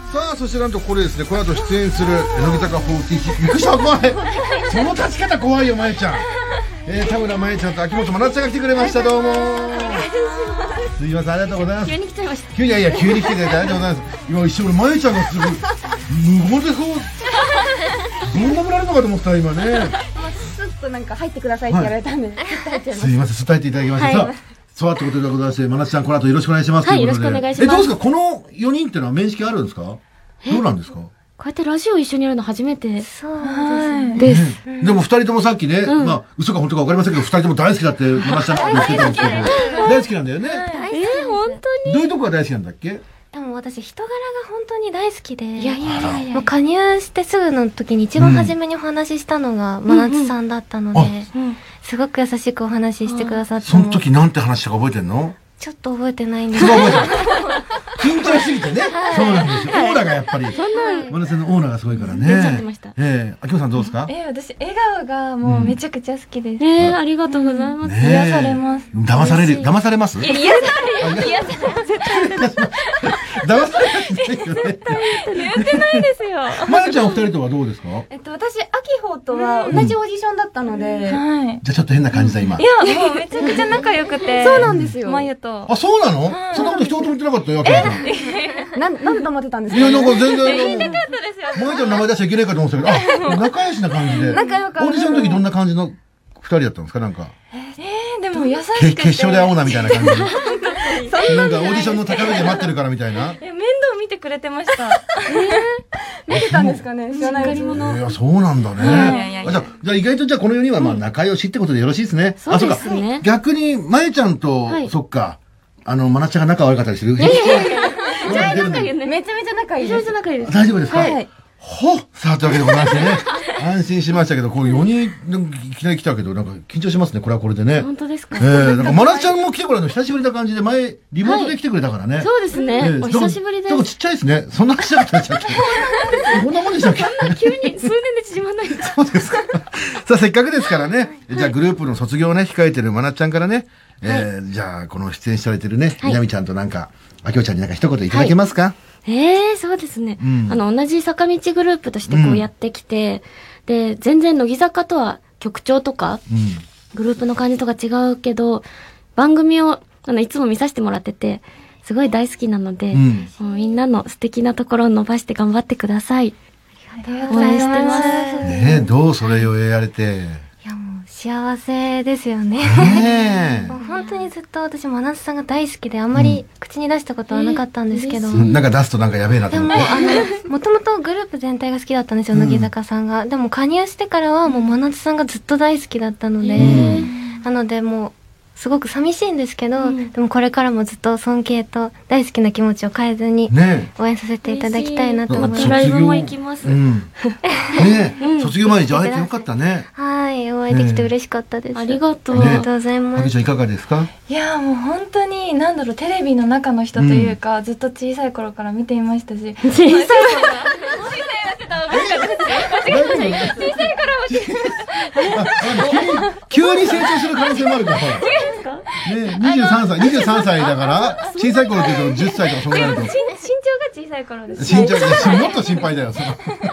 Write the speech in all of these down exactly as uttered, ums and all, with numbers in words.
さあ、そしてなんとこれですね、この後出演する乃木坂フォーティーシックス、びっくりした、怖いその立ち方怖いよ、まゆちゃん。えー、田村まゆちゃんと秋元真夏ちゃんが来てくれました。どうもすいません、ありがとうございます。 急に来ちゃいました。 急に、いやいや、急に来てくれてありがとうございます。今一瞬俺、まゆちゃんがすごい無言でこうどんなぶられるのかと思ったら今ねスッとなんか入ってくださいって言われたんで、はい、 すいません、伝えていただきました。はい、さあそうってことでございまして、まなつちゃんこの後よろしくお願いします。 はい、よろしくお願いします。 え、どうですか、このよにんっていうのは面識あるんですか？どうなんですか？ こうやってラジオ一緒にやるの初めて。 そうです。 でも二人ともさっきね、まあ嘘か本当かわかりませんけど、二人とも大好きだってまなつちゃんが言ってたんですけど、大好きなんだよね。 え、本当に？ どういうとこが大好きなんだっけ？ でも私人柄が本当に大好きで、 いやいやいやいや、 もう加入してすぐの時に一番初めにお話ししたのが真夏さんだったので、すごく優しくお話ししてくださって。 その時なんて話したか覚えてんの？ ちょっと覚えてないんですけど。緊張しすぎてね。そうなんですよ。オーラがやっぱり。まなつさんのオーラがすごいからね。 出ちゃってました。 ええ、秋元さんどうですか？ え、私笑顔がもうめちゃくちゃ好きです。 え、ありがとうございます。 癒されます。 騙される、騙されます？ 癒される、癒される。絶対騙されますよね。 言ってないですよ。 まゆちゃんお二人とはどうですか？ えっと私秋穂とは同じオーディションだったので、はい。 じゃあちょっと変な感じだ今。 いやもうめちゃくちゃ仲良くて。 そうなんですよ。 まゆと。 あ、そうなの？そんなこと一言も言ってなかったよ。 なん、なんで黙ってたんですか？ いや、なんか全然。 言いたかったですよ。 まゆちゃんの名前出しちゃいけないかと思ってたけど、あ、仲良しな感じで。 仲良かった。 オーディションの時どんな感じの二人だったんですか、なんか。 えー、でも優しくて。 決勝で会おうなみたいな感じで。なんかオーディションの高めで待ってるからみたいな。 面倒見てくれてました。 見てたんですかね、知らないうちに。 いや、そうなんだね。じゃあ、じゃあ意外とじゃあこのよにんはまあ仲良しってことでよろしいですね。 そうですね。 逆に、まゆちゃんと、そっか、あの、まなっちゃんが仲悪かったりする？ めちゃめちゃ仲いいです。めちゃめちゃ仲いいです。 大丈夫ですか？はい。ほっさあ、というわけでございましてね。安心しましたけど、これよにんいきなり来たけど、なんか緊張しますね、これはこれでね。 本当ですか？ ええ、なんかまなっちゃんも来てくれるの久しぶりな感じで、前、リモートで来てくれたからね。 そうですね。お久しぶりです。 でもちっちゃいですね。そんなちっちゃかったでしたっけ？こんなもんでしたっけ？ 急に数年で縮まないんです。 そうですか。さあ、せっかくですからね。じゃあ、グループの卒業をね、控えてるまなっちゃんからね。えー、じゃあ、この出演されてるね、みなみちゃんとなんか、あきおちゃんになんか一言いただけますか？ ええ、そうですね。あの、同じ坂道グループとしてこうやってきて、で、全然乃木坂とは曲調とか、グループの感じとか違うけど、番組を、あの、いつも見させてもらってて、すごい大好きなので、もうみんなの素敵なところを伸ばして頑張ってください。応援してます。 ねえ、どうそれをやれて。 いやもう幸せですよね。 ねもう本当にずっと私真夏さんが大好きであんまり口に出したことはなかったんですけど、 うん、なんか出すとなんかやべえなと思って。 でもあのもともとグループ全体が好きだったんですよ、乃木坂さんが。でも加入してからはもう真夏さんがずっと大好きだったので、なのでもうすごく寂しいんですけど、うん、でもこれからもずっと尊敬と大好きな気持ちを変えずに応援させていただきたいなと思います。 ライブも行きます。うん、 ねえ、うん、卒業前にじゃあ会えてよかったね。 はい、お会いできて嬉しかったです。 ありがとう。 ありがとうございます。 あきちゃんいかがですか？ いやもう本当に何だろう、テレビの中の人というか、うん、ずっと小さい頃から見ていましたし。小さい頃。 急に成長する可能性もあるから。ね、にじゅうさんさい、にじゅうさんさいだから、小さい頃って言うとじゅっさいとかそんなのと。 身長が小さい頃です。 身長がもっと心配だよ。その不思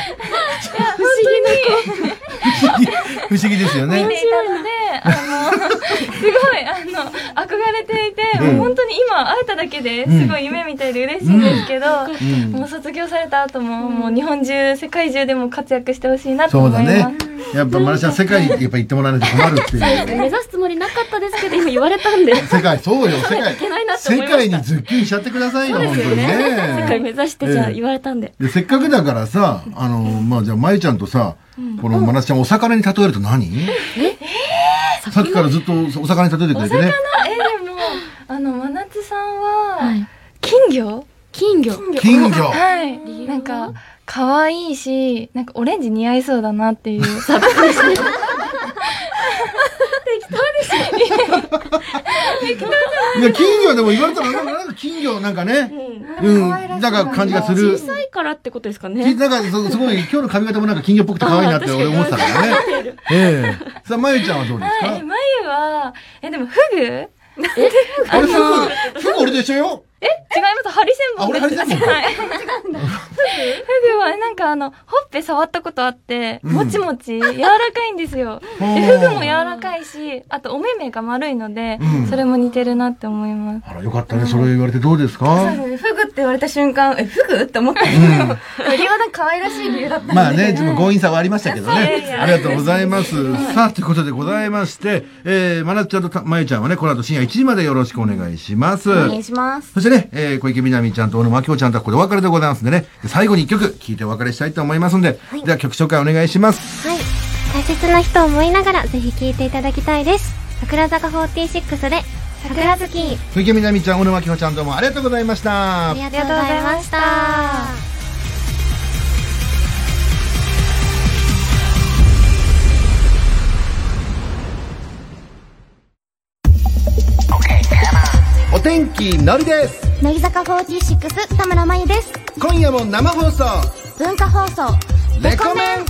議不思議ですよね。 見ていたので、あのすごいあの憧れていて、もう本当に今会えただけですごい夢みたいで嬉しいんですけど、もう卒業された後ももう日本中世界中でも活躍してほしいなと思います。そうだね。 やっぱマルシャン世界にやっぱ行ってもらわないと困るっていう。 目指すつもりなかったですけど今言われたんで。 世界そうよ、世界世界にズッキュンしちゃってくださいよ、本当にね。 世界目指してじゃあ言われたんで。 でせっかくだからさ、あのまあじゃあまゆちゃんとさ、このまなちゃんお魚に例えると何？え？さっきからずっとお魚に例えてくれてね。 お魚？えでもあの真夏さんは金魚？ 金魚。 金魚。 はい。なんか可愛いし、なんかオレンジ似合いそうだなっていう。適当ですよ。 いや金魚でも言われたらなんか金魚なんかね、うんなんか感じがする。 小さいからってことですかね。 なんかすごい今日の髪型もなんか金魚っぽくて可愛いなって俺思ってたからね。ええ。さあまゆちゃんはどうですか？ まゆはえでもフグ？えあれフグフグ俺と一緒よ。 え違います。ハリセンボンです。 あ俺ハリセンボン。 かあの、ほっぺ触ったことあって、 うんもちもち、柔らかいんですよ。で、フグも柔らかいし、あとお目目が丸いので、 うんそれも似てるなって思います。 あら、よかったね。それ言われてどうですか？ フグって言われた瞬間、え、フグって思ったけど、理由は可愛らしい理由だったんで。 まあね、でも強引さはありましたけどいやいね。 やありがとうございます。さあ、ということでございまして、えー、まなっちゃんとたまゆちゃんはね、この後深夜いちじまでよろしくお願いします。 お願いします。 そしてね、えー、小池みなみちゃんと小野真紀ちゃんとはここでお別れでございますんでね、最後に一曲聴いてお別れしたいと思いますんで、では曲紹介お願いします。 はい。大切な人を思いながらぜひ聴いていただきたいです。桜坂フォーティーシックスで桜月。 小池みなみちゃん、小野真紀ちゃんどうもありがとうございました。 ありがとうございました。 お天気のりです。 乃木坂フォーティーシックス田村真由です。 今夜も生放送文化放送レコメン。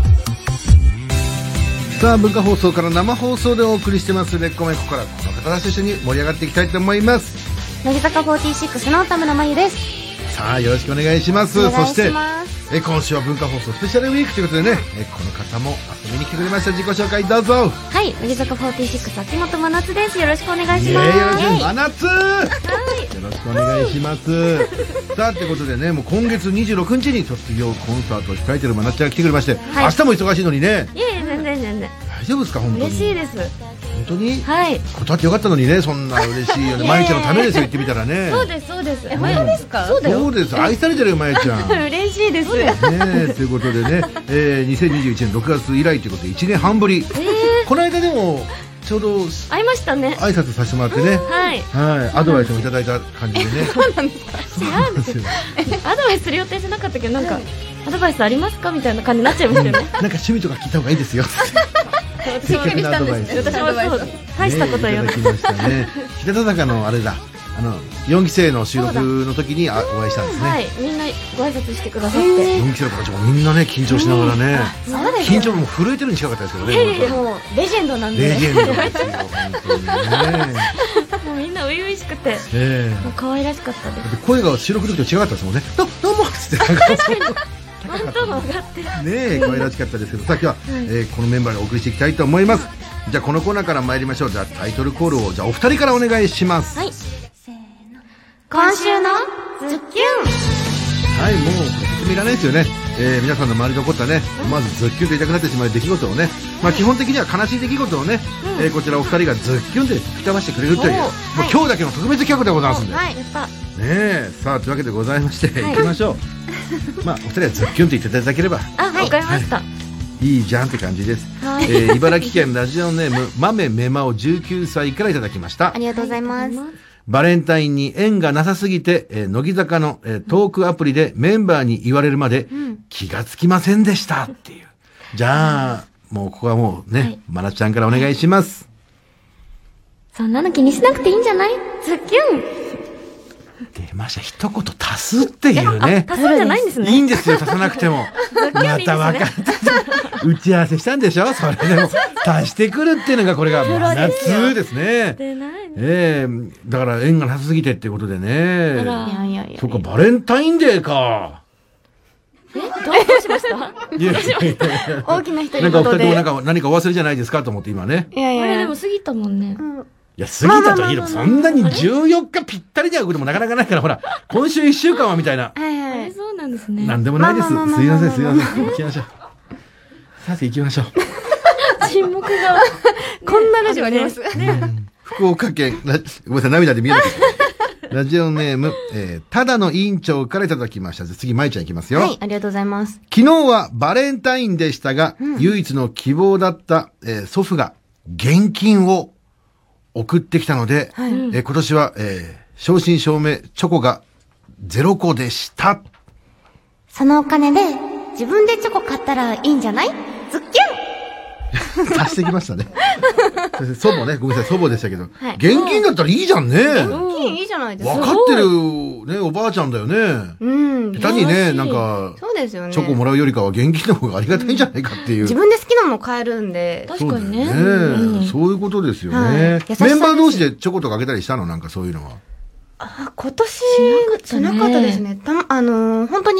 さあ、文化放送から生放送でお送りしてますレコメン。ここからこの方たちと一緒に盛り上がっていきたいと思います。 乃木坂フォーティーシックスの田村真由です。 さあ、よろしくお願いします。 お願いします。 そしてえ今週は文化放送スペシャルウィークということでね、えこの方も遊びに来てくれました。自己紹介どうぞ。 はい、乃木坂フォーティーシックス秋元真夏です。よろしくお願いしイエます。 ーイ、よろしく真夏、よろしくお願いします。さあ、ということでね、もう今月にじゅうろくにちに卒業コンサートを控えてる真夏ちゃんが来てくれまして、 はい明日も忙しいのにね。 いえいえ、全然全然。 大丈夫ですか、本当に。 嬉しいです。 本当にはい。 断ってよかったのにね、そんな嬉しいよね。まゆちゃんのためですよ、言ってみたらね。 そうです、そうです。 え、本当ですか？ そうだよ。 そうです、愛されてるよ、まゆちゃん。ね嬉しいです。 え、ということでね、えー、にせんにじゅういちねんろくがつ以来ということでいちねんはんぶり。この間でも、ちょうど会いましたね。 挨拶させてもらってね。 はい。 はい、アドバイスもいただいた感じでね。そうなんですか。そうなんですよ。 アドバイスする予定じゃなかったけど、なんか、アドバイスありますかみたいな感じになっちゃいましたよね。 なんか趣味とか聞いた方がいいですよ。 私も的なアドバイス。 私もそう、大したこと言わないねいただきましたね。日向坂のあれだ。あのよんき生の収録の時にあお会いしたんですね。 はい、みんなご挨拶してくださってよんき生の子たちもみんなね緊張しながらね。 そうです緊張も震えてるに近かったですけどね。 もうレジェンドなんでレジェンドですよ本当にね。 もうみんな初々しくて、 えもう可愛らしかったです。 え。声が収録の時と違かったですもんね。どどうもっつってなんか本当も上がってる。 ねえ可愛らしかったですけど、さあ今日は、えーこのメンバーでお送りしていきたいと思います。じゃあこのコーナーから参りましょう。じゃあタイトルコールをじゃあお二人からお願いします。 はい。今週のズッキュン。 はい、もう説明いらないですよね。えー、皆さんの周りで起こったね、思わずズッキュンと言いたくなってしまう出来事をね、まあ基本的には悲しい出来事をね、えーこちらお二人がズッキュンで吹き飛ばしてくれるという、もう今日だけの特別企画でございますんで。 はい、やった。 ねえ、さあというわけでございまして、行きましょう。まあお二人はズッキュンと言っていただければあ、わかりました。 いいじゃんって感じです。 はいえー茨城県ラジオネーム豆めまおじゅうきゅうさいからいただきましたあ。りがとうございます。 バレンタインに縁がなさすぎて、えー乃木坂の、えートークアプリでメンバーに言われるまで気がつきませんでしたっていう。じゃあ、もうここはもうね、 はいまなちゃんからお願いします。 そんなの気にしなくていいんじゃない？ズッキュン。 出ました。一言足すっていうね。 足すんじゃないんですね。 いいんですよ、足さなくても。また分かって。打ち合わせしたんでしょそれでも、足してくるっていうのがこれが真夏ですね。 出ないね。 ええだから縁がなさすぎてっていうことでね。 あらいやいやいや。 そっか、バレンタインデーか。 え、どうしました？ いやいやいやいや大きな一なんかお二人人ごとで。 ともなんか何かお忘れじゃないですかと思って今ね。 いやいやいやあれでも。過ぎたもんね。 いや、過ぎたといえども、そんなにじゅうよっかぴったりで会うこともなかなかないから、ほら、今週いっしゅうかんはみたいな。 はいはいあれそうなんですね。 なんでもないです。すいまあまあません、 まあまあすいません。行きましょう。さて行きましょう。 沈黙が。 こんなラジオあります。 福岡県、ラごめんなさい、涙で見えなかった。ラジオネーム、えー、ただの委員長からいただきました。じゃあ次、まいちゃんいきますよ。 はい、ありがとうございます。 昨日はバレンタインでしたが、唯一の希望だった、えー祖父が現金を送ってきたので、えー今年は、えー正真正銘チョコがゼロ個でした。 そのお金で自分でチョコ買ったらいいんじゃない？ズッキ足してきましたね。祖母ね、ごめんなさい、祖母でしたけど、 はい現金だったらいいじゃんね。 金いいじゃないですか。 分かってるね、おばあちゃんだよね。 うん。 下手にね、 優しいなんか、 そうですよね。 チョコもらうよりかは現金の方がありがたいんじゃないかっていう。 自分で好きなもの買えるんで。 確かにね。 そうだようんね。そういうことですよはいね優。しさですメンバー同士でチョコとかあげたりしたのなんかそういうのは。 あ、今年、 しなかったねしなかったですね。たま、あのー、本当に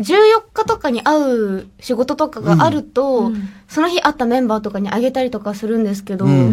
じゅうよっかとかに会う仕事とかがあると、 うん、 その日会ったメンバーとかにあげたりとかするんですけど、 うん、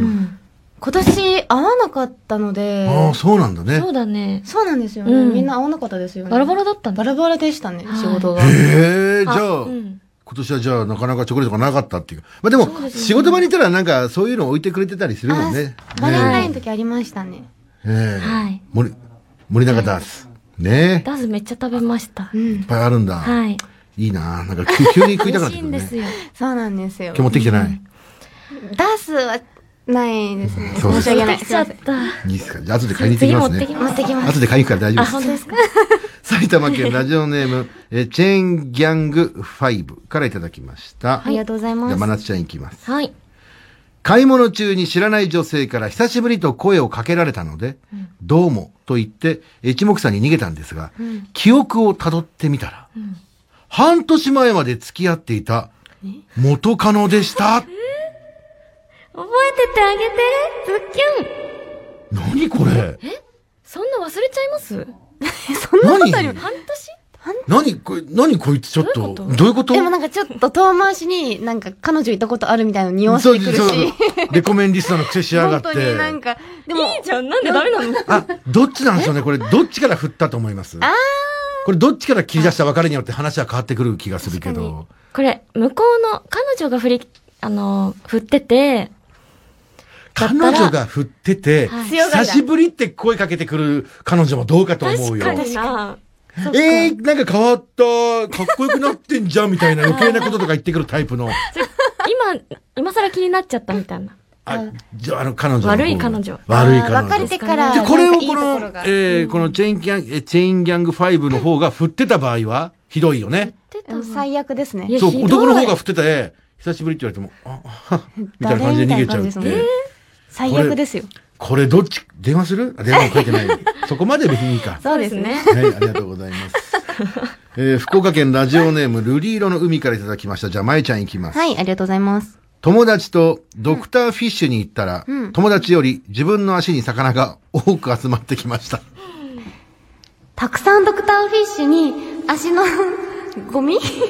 今年会わなかったので。 ああ、そうなんだね。 そうだね。 そうなんですよね。うん、みんな会わなかったですよね。 バラバラだったんだ。 バラバラでしたね、仕事が。 へえ、じゃあ、 うん、 今年はじゃあなかなかチョコレートがなかったっていう。まあでも、ね、仕事場にいたらなんかそういうの置いてくれてたりするもんね。 バレンタインの時ありましたね。 ええー。 はい。 森、森永ダース。ねダースめっちゃ食べました。 いっぱいあるんだ。 はい。 いいななんか急に食いたかったけどね。 美味しいんですよ。 そうなんですよ。 今日持ってきてない。 ダースはないですね。 そうです。 申し訳ない。 持ってきちゃった。 いいですか。じゃあ後で買いに行ってきますね。 次持ってきます。 後で買いに行くから大丈夫です。 あ、本当ですか。 埼玉県ラジオネーム、えチェーンギャングファイブからいただきました。 ありがとうございます。 じゃあ、真夏ちゃん行きます。 はい。 買い物中に知らない女性から久しぶりと声をかけられたので、うん、どうもと言って一目散に逃げたんですが、うん、記憶をたどってみたら、うん、半年前まで付き合っていた元カノでした。 えー、覚えててあげて、ズッキュン。 何これ？ え？そんな忘れちゃいます？ そんなことあるよ。 半年？ 何これ、何こいつちょっと、どういうこと？ でもなんかちょっと遠回しになんか彼女いたことあるみたいなの匂わせてくるし。 レコメンリスナーの癖しやがって。 本当になんか、 でも。いいじゃん、なんでダメなの？ あ、どっちなんでしょうね。これ、どっちから振ったと思います？あこれ、どっちから切り出した別れによって話は変わってくる気がするけど。 これ、向こうの、彼女が振り、あの、振ってて、 彼女が振ってて、はい、久しぶりって声かけてくる彼女もどうかと思うよ。 確かにな。 えー、なんか変わった、かっこよくなってんじゃんみたいな余計なこととか言ってくるタイプの。 今、今更気になっちゃったみたいな。 あ、じゃあ、あの、彼女の。 悪い彼女。 悪い彼女。 別れてから。 じゃこれをこの、えー、このチェーンギャング、チェーンギャングファイブの方が振ってた場合は、ひどいよね。 振ってた最悪ですね。 そう、男の方が振ってて、久しぶりって言われても、あ、はみたいな感じで逃げちゃうって。えー、 最悪ですよ。 これどっち、電話する？電話書いてない。そこまで別にいいか。 そうですね。 はい、ありがとうございます。えー、福岡県ラジオネーム瑠璃色の海からいただきました。じゃあ、まえちゃん行きます。 はい、ありがとうございます。 友達とドクターフィッシュに行ったら、うん、友達より自分の足に魚が多く集まってきました。 たくさんドクターフィッシュに足のゴミ食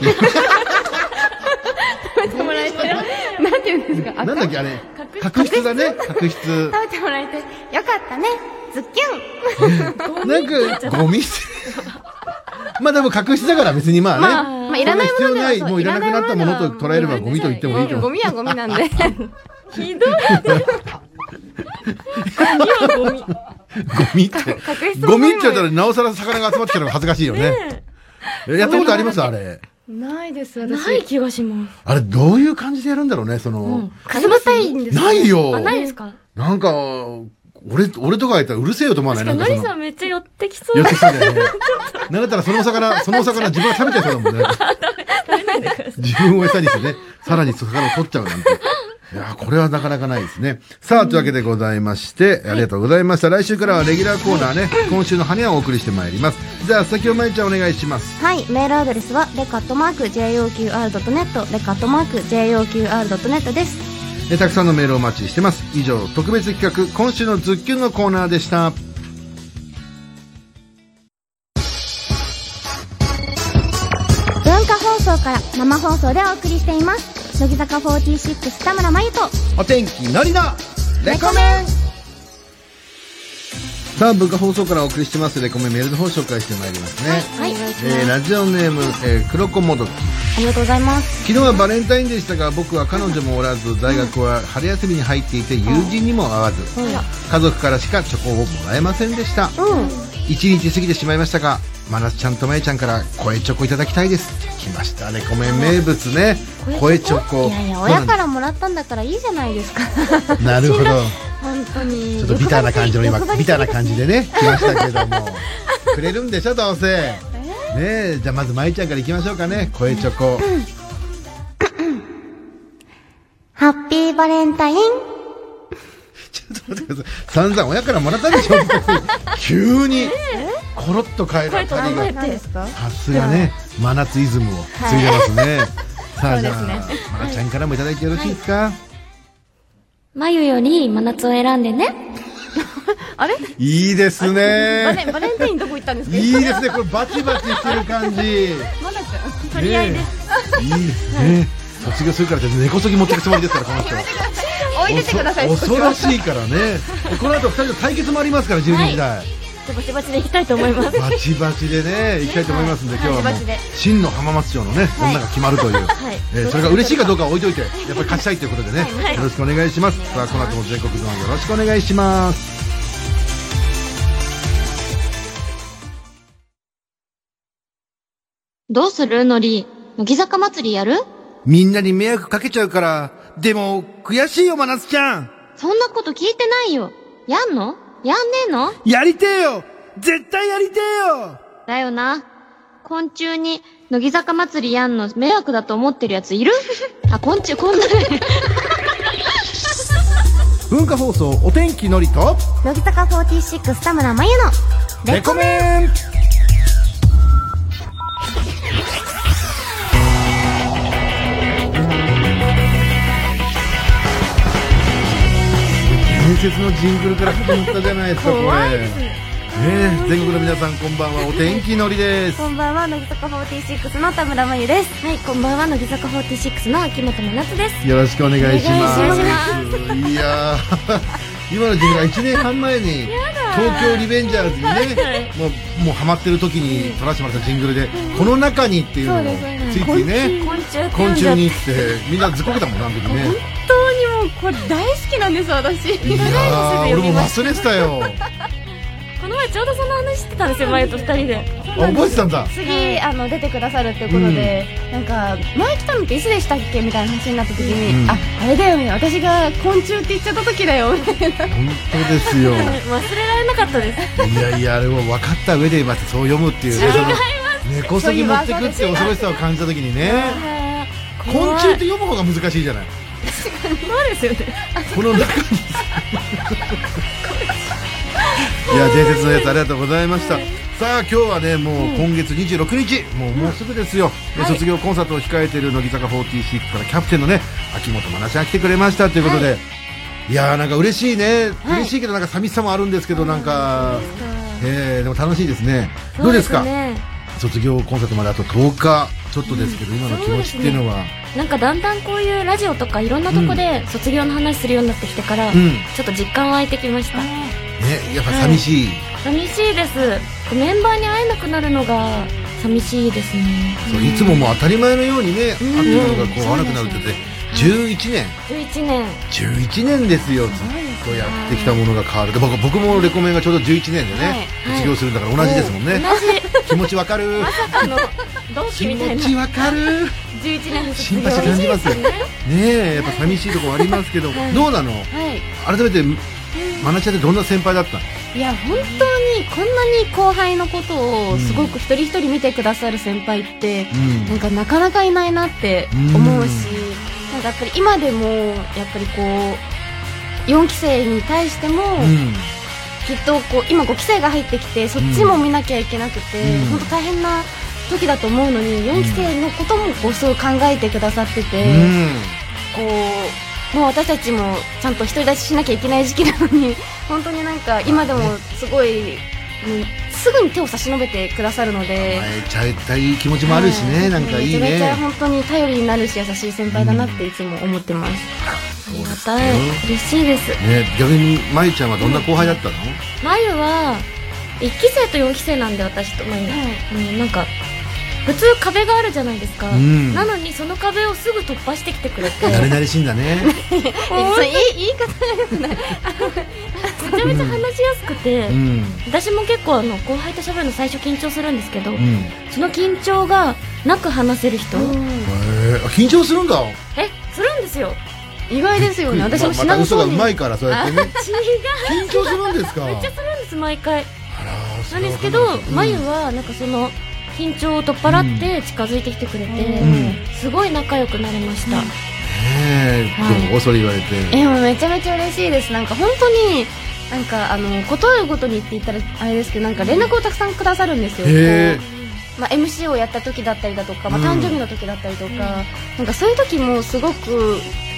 べてもらえて、なんて言うんですか？ なんだっけあれ。角質だね、角質。 食べてもらえて、よかったね、ズッキュン。 なんか、ゴミまあでも角質だから別にまあね。まあ、 まあ、いらないものでは必要ない、もういらなくなったものと捉えればゴミと言ってもいいと思う。 ゴミはゴミなんで。 ひどい。ゴミはゴミ。 ゴミって。ゴミって言ったらなおさら魚が集まってきたのが恥ずかしいよね。やったことありますあれ。 ないです、 私。ない気がします。 あれ、どういう感じでやるんだろうね、その。 かぶたいんですか？ ないよ。 あ、ないですか？ なんか、俺、俺とか言ったらうるせえよと思わない？なんかその。 何さんめっちゃ寄ってきそう。 寄ってきそうだよね。なんだったらそのお魚、そのお魚自分が食べちゃいそうだもんね。 食べないでください。 自分を餌にしてね、さらに魚を取っちゃうなんて。いやこれはなかなかないですね。さあ、というわけでございまして、ありがとうございました。来週からはレギュラーコーナーね、今週の羽をお送りしてまいります。じゃあ、先ほまいちゃんお願いします。 はい、メールアドレスは、レカットマーク ジェイオーキューアールドットネット、レカットマーク ジェイオーキューアールドットネット です。 えたくさんのメールをお待ちしてます。以上、特別企画、今週のズッキュンのコーナーでした。 文化放送から生放送でお送りしています。乃木坂フォーティーシックス田村真由とお天気のりのレコメン。さあ、文化放送からお送りしてますレコメンメールの方を紹介してまいりますね。 はい、はい、 えー、ラジオネーム、えー、黒子もどき。 ありがとうございます。 昨日はバレンタインでしたが、僕は彼女もおらず、大学は春休みに入っていて友人にも会わず、うん、家族からしかチョコをもらえませんでした。うん、一日過ぎてしまいましたが、真夏ちゃんとまえちゃんから声チョコいただきたいです。来ましたレコメン名物ね、声チョコ。 いやいや、親からもらったんだからいいじゃないですか。 なるほど。 本当にちょっとビターな感じの今ビターな感じでね来ましたけどもくれるんでしょどうせ。ねえ、じゃあまずまいちゃんからいきましょうかね、声チョコ。 ハッピーバレンタイン。 ちょっと待ってください。散々親からもらったでしょ急にコロッと変えたあたりがさすがね、真夏イズムをついでますね。さあ、じゃあまなちゃんからもいただいてよろしいですか？ まゆより真夏を選んでね。 あれいいですバレね。 ンバレンタインどこ行ったんですか？ いいですね。これバチバチしてる感じ。 まだ取り合いです。 ねえいいですね。卒業するからって根こそぎ持っていくつもりですから、この人。 置いててください。 恐ろしいからね。この後ふたりの対決もありますから、じゅうにじ台。 バチバチでいきたいと思います。 バチバチでね、行きたいと思いますんで、今日はもうバチバチで真の浜松町のね、女が決まるという、えーそれが嬉しいかどうかは置いといて、やっぱり勝ちたいということでね、よろしくお願いします。さあ、この後も全国ゾーンよろしくお願いします。 どうするのり、乃木坂祭りやる？ みんなに迷惑かけちゃうから、でも、悔しいよ、真夏ちゃん。 そんなこと聞いてないよ。やんの？やんねえの？ やりてえよ、絶対やりてえよ。 だよな。昆虫に乃木坂祭りやんの迷惑だと思ってるやついる？あ、昆虫、こんなね。 文化放送お天気のりと乃木坂フォーティーシックス田村真由のレコメン。伝説のジングルから始まったじゃないですか、これ。ねえ、全国の皆さんこんばんは、お天気のりです。 こんばんは、乃木坂フォーティーシックスの田村真由です。 はい、こんばんは、乃木坂フォーティーシックスの秋元真夏です。 よろしくお願いします。 お願いしますいやー今のジングルはいちねんはん前に東京リベンジャーズにね、もうもうハマってる時に撮らせてもらったジングルで、この中にっていうのをついついね、 昆虫って昆呼んじゃって。 虫にってみんなずっこけたもん、あの時ね。 本当にもうこれ大好きなんです私。 いやー、俺も忘れてたよ。 この前ちょうどその話してたんですよ、前と二人で。 あ、覚えてたんだ。 次あの出てくださるっていうことで、なんか前来たのっていつでしたっけみたいな話になった時に、 うん、 あ、あれだよね、私が昆虫って言っちゃった時だよみたいな。 本当ですよ。 忘れられなかったです。 いやいや、あれを分かった上で今そう読むっていうね、その根こそぎ持ってくって恐ろしさを感じた時にね、昆虫って読む方が難しいじゃない。 そうですよね。 この中にいや、伝説のやつありがとうございました。さあ、今日はね、もう今月にじゅうろくにち、もうもうすぐですよ、で卒業コンサートを控えている乃木坂フォーティーシックスからキャプテンのね、秋元真夏ちゃんが来てくれましたということで、いやー、なんか嬉しいね、嬉しいけどなんか寂しさもあるんですけど、なんか、えー、でも楽しいですね。どうですか、卒業コンサートまであととおかちょっとですけど、今の気持ちっていうのは。 なんかだんだんこういうラジオとかいろんなとこで卒業の話するようになってきてから、 うん、 ちょっと実感湧いてきました。 ね、やっぱ寂しい、はい、 寂しいです。メンバーに会えなくなるのが寂しいですね。 そう、いつももう当たり前のようにね、会ってたのがこう会わなくなるって言ってじゅういちねんじゅういちねんじゅういちねんですよ。ずっとやってきたものが変わる。で、僕、僕もレコメンがちょうどじゅういちねんでね、はい、卒業するんだから同じですもんね。 同じ気持ちわかる。 まさかの同期みたいな。 気持ちわかる。 じゅういちねんの卒業。 シンパシー感じますよね。ねえ、やっぱ寂しいところありますけど、はい、どうなの、はい、改めてまなちゃんってどんな先輩だったの？ いや、本当にこんなに後輩のことをすごく一人一人見てくださる先輩って、うん、なんかなかなかいないなって思うし、うん、なんかやっぱり今でもやっぱりこうよんき生に対しても、うん、きっとこう今ごき生が入ってきてそっちも見なきゃいけなくて、うん、本当大変な時だと思うのに、よんき生のこともこうすごい考えてくださってて、うん、こうもう私たちもちゃんと独り立ちしなきゃいけない時期なのに、本当になんか今でもすごい、うん、すぐに手を差し伸べてくださるので、 甘えちゃいたい気持ちもあるしね、はい、なんかいいね。 めちゃめちゃ本当に頼りになるし優しい先輩だなっていつも思ってます。 うん、ありがたい、嬉しいです。 ね、逆にまゆちゃんはどんな後輩だったの？ まゆはいっき生とよんき生なんで、私とまゆ、はい、うん、なんか普通壁があるじゃないですか、うん、なのにその壁をすぐ突破してきてくれて、 慣れ慣れしいんだね。 言い方がよくない。 めちゃめちゃ話しやすくて、うん、私も結構あの後輩と喋るの最初緊張するんですけど、うん、その緊張がなく話せる人、うん、 へー、緊張するんだ。 え、するんですよ。 意外ですよね。私もしなまた嘘がうまいからそうやってね。 違う、 緊張するんですか？ めっちゃするんです、毎回。なんですけど、まゆはなんかその緊張を取っ払って近づいてきてくれて、うん、すごい仲良くなれました。ねえ、どう？それ言われて。 え、もうめちゃめちゃ嬉しいです。なんか本当になんかあのことあるごとにって言ったらあれですけど、なんか連絡をたくさんくださるんですよ。こう、まあ、エムシー をやった時だったりだとか、まあ、誕生日の時だったりとか、うん、なんかそういう時もすごくもう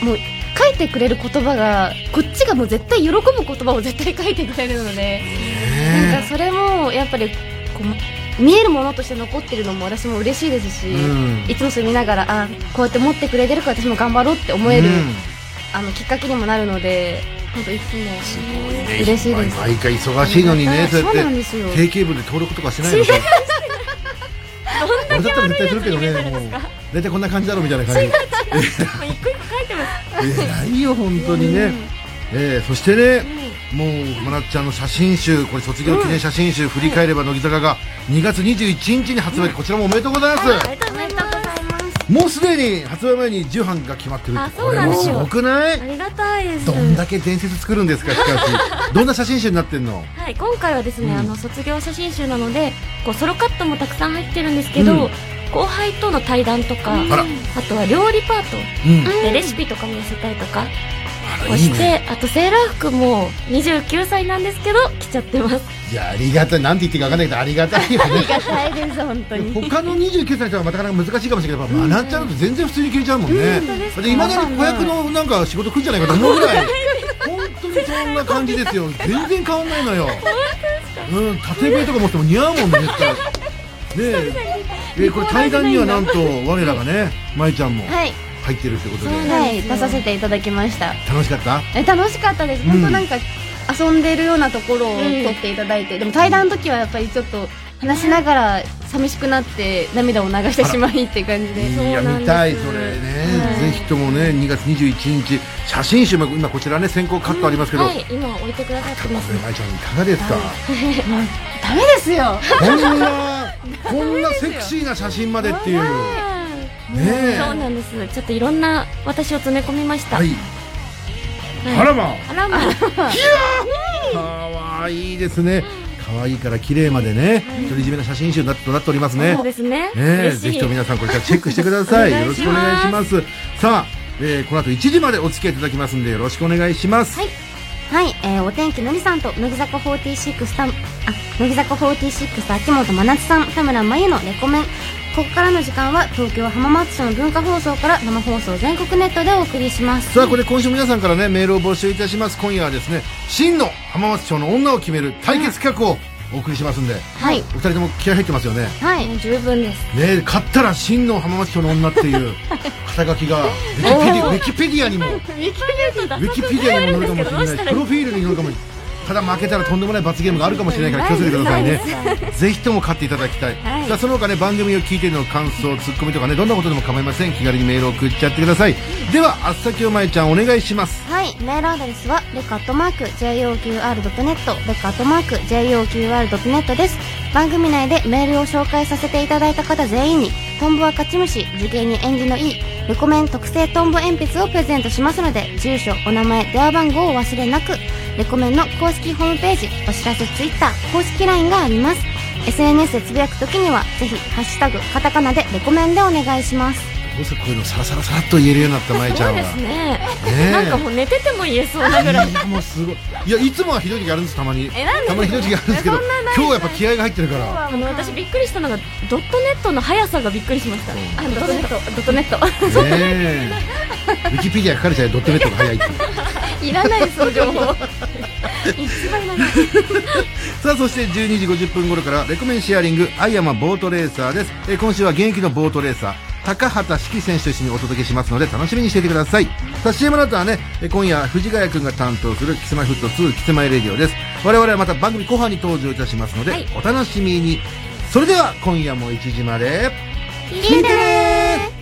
書いてくれる言葉がこっちがもう絶対喜ぶ言葉を絶対書いてくれるので、なんかそれもやっぱりこう見えるものとして残ってるのも私も嬉しいですし、うん、いつもそれ見ながらあこうやって持ってくれてるから私も頑張ろうって思える、うん、あのきっかけにもなるので本当いつも嬉しいです。 毎回忙しいのにね、そうやって定型文で登録とかしないのか。俺だったら絶対するけどね、もう大体こんな感じだろうみたいな感じ。一個一個書いてます。 偉いよ本当にね。うん、えー、そしてね、うん、もうまなっちゃんの写真集、これ卒業記念写真集、うん、振り返れば乃木坂がにがつにじゅういちにちに発売、うん、こちらもおめでとうございます。 ありがとうございます。 もうすでに発売前にじゅうはんが決まってるって、これもすごくない？ ありがたいです。 どんだけ伝説作るんですかしかし。どんな写真集になってんの？ はい、今回はですね、うん、あの卒業写真集なのでこうソロカットもたくさん入ってるんですけど、うん、後輩との対談とか、うん、あとは料理パート、うん、でレシピとかも寄せたりとかをして、いいね、あとセーラー服もにじゅうきゅうさいなんですけど着ちゃってます。 いやありがたい、なんて言っていいか分かんないけどありがたいよね。 ありがたいです本当に。 他のにじゅうきゅうさいの人はまた難しいかもしれないけど、まなっちゃんと全然普通に着れちゃうもんね。いまだに子役のなんか仕事来るんじゃないかと思うぐらい本当にそんな感じですよ。全然変わんないのよ。うん、縦笛とか持っても似合うもんね絶対。ねえ、えこれ対談にはなんと我らがね、まいちゃんも入ってるってことで、 はい、出させていただきました。 楽しかった？ え楽しかったです。本当なんか遊んでるようなところを撮っていただいて、でも対談の時はやっぱりちょっと話しながら寂しくなって涙を流してしまいっていう感じで。 いや見たいそれね、ぜひともねにがつにじゅういちにち写真集も今こちらね先行カットありますけど、 はい今置いてくださってます。 まいちゃんいかがですか？ ダメですよ。 こんなこんなセクシーな写真までっていう。 ね、そうなんです。ちょっといろんな私を詰め込みました。 はい。あらま。 あらま。いやー。かわいいですね。可愛いから綺麗までね、独り占めの写真集になってなっておりますね。 そうですね。 ね、ぜひと皆さんこれからチェックしてください。よろしくお願いします。さあ、えー、この後いちじまでお付き合いいただきますんでよろしくお願いします。 はい。はい、えー、お天気のりさんと乃木坂フォーティーシックスたあ乃木坂フォーティーシックス秋元真夏さん、田村真由のレコメン。ここからの時間は東京浜松市の文化放送から生放送全国ネットでお送りします。 さあこれ今週皆さんからねメールを募集いたします。今夜はですね真の浜松町の女を決める対決企画をお送りしますんで、 はい、 お二人とも気合入ってますよね。 はい、十分ですね。勝ったら真の浜松町の女っていう肩書きがウィキペディアにもウィキペディアにも載るかもしれない、プロフィールに載るかもしれない。ただ負けたらとんでもない罰ゲームがあるかもしれないから気をつけてくださいね。ぜひとも勝っていただきたい、はい、さあその他ね番組を聞いての感想ツッコミとかねどんなことでも構いません。気軽にメールを送っちゃってください。ではあっさきおまえちゃんお願いします。 はい、メールアドレスはレカットマーク ジェイオーキューアールドットネット レカットマーク ジェイオーキューアールドットネット です。番組内でメールを紹介させていただいた方全員にトンボは勝ち虫、受験に縁起のいいレコメン特製トンボ鉛筆をプレゼントしますので、住所、お名前、電話番号をお忘れなく。レコメンの公式ホームページ、お知らせツイッター、公式 ライン があります。 エスエヌエス でつぶやくときにはぜひハッシュタグカタカナでレコメンでお願いします。 どうせこういうのサラサラサラっと言えるようになったまいちゃんは。 そうですね。ねなんかもう寝てても言えそうなぐらい。 いやもうすごい。いやいつもはひどい時あるんですたまに。たまにひどい時あるんですけど、今日はやっぱ気合が入ってるから。 あの私びっくりしたのがドットネットの速さがびっくりしました。あドットネットドットネット。 ねウィキペディア書かれちゃうドットネットが速いって。 いらないです情報。一番いらない。 さあそしてじゅうにじごじゅっぷん頃からレコメンシェアリングアイアマボートレーサーです。え今週は現役のボートレーサー高畑四季選手と一緒にお届けしますので楽しみにしていてください。さあ シーエム の後はね今夜藤ヶ谷くんが担当するキスマイフットツーキスマイレディオです。我々はまた番組後半に登場いたしますので、はい、お楽しみに。それでは今夜もいちじまで聞いてね。